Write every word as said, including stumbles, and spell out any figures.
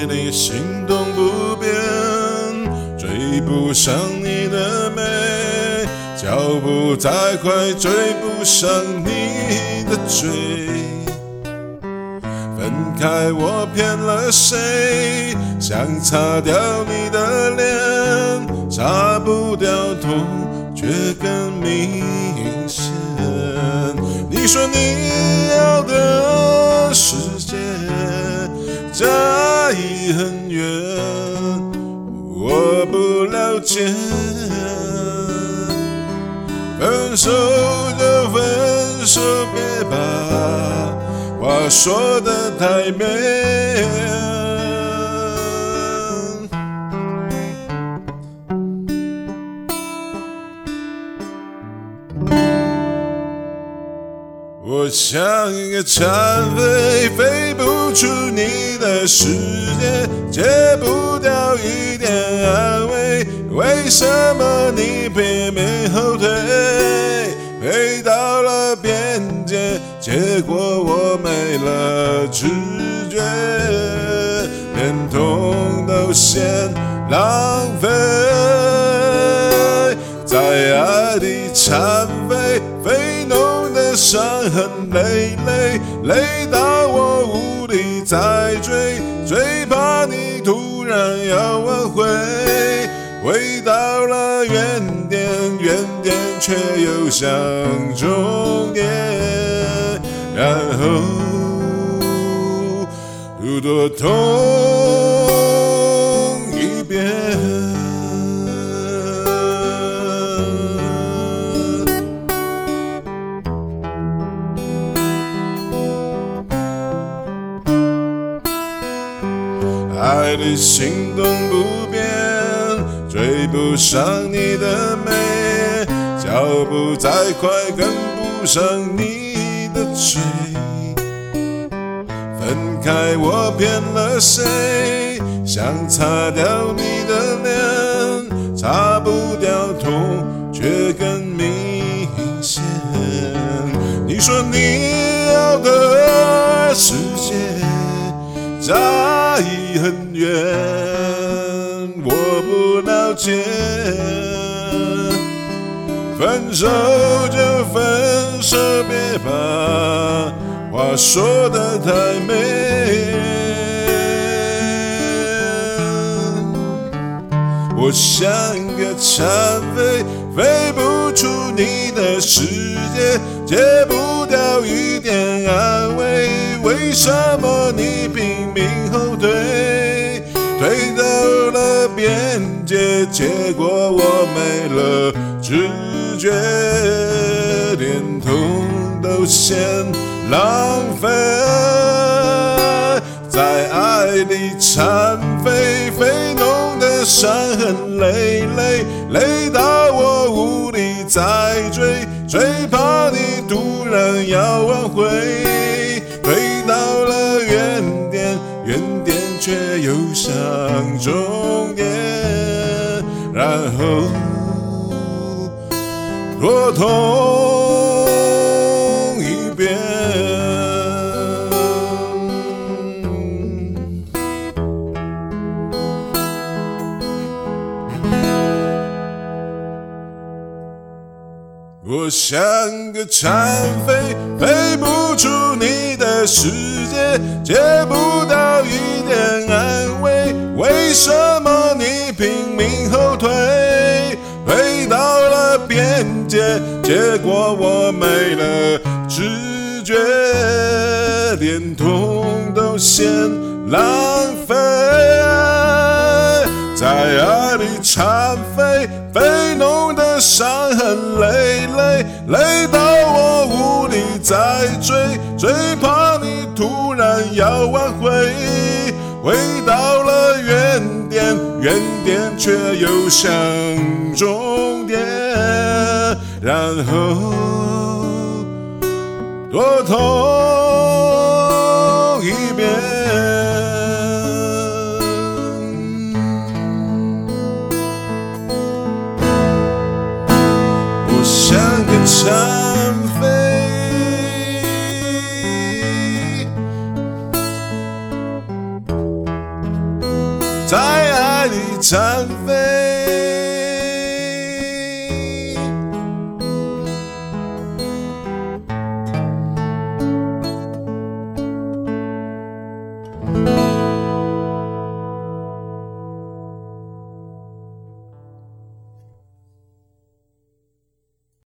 里行动不便，追不上你的美，脚步再快追不上你的追。分开我骗了谁？想擦掉你的脸，擦不掉痛却更明显。你说你要的世界在很远，我不了解。分手就分手，别把话说得太美。我像个蝉飞，飞不出你的世界，戒不掉一点安慰。为什么你拼命后退？飞到了边界，结果我没了知觉，连痛都嫌浪费。在爱里残废，非弄得伤痕累累，累到我无力再追，最怕你突然要挽回。回到了原点，原点却又向终点，然后又多痛一遍。爱里行动不便，追不上你的美，脚步再快跟不上你的追。分开我骗了谁？想擦掉你的脸，擦不掉痛却更明显。你说你要的世界在很远，我不了解。分手就分手，别把话说得太美。我像个蝉飞，飞不出你的世界，戒不掉一点安慰。为什么你拼命后退？退到了边界，结果我没了知觉，连痛都嫌浪费。在爱里残废，非弄得伤痕累累，累到我无力再追，最怕你突然要挽回。回到了原点，原点却又向终点，然后多痛一遍。我像个蝉飞，飞不出你的世界，戒不到一点安慰。为什么你拼命后退？回到了边界，结果我没了知觉，连痛都嫌浪费。在爱里残废，被弄得伤痕累累，累到我无力再追，最怕你突然要挽回。回到了原点，原点却又向终点，然后多痛一遍。像个蝉飞， 在爱里残废。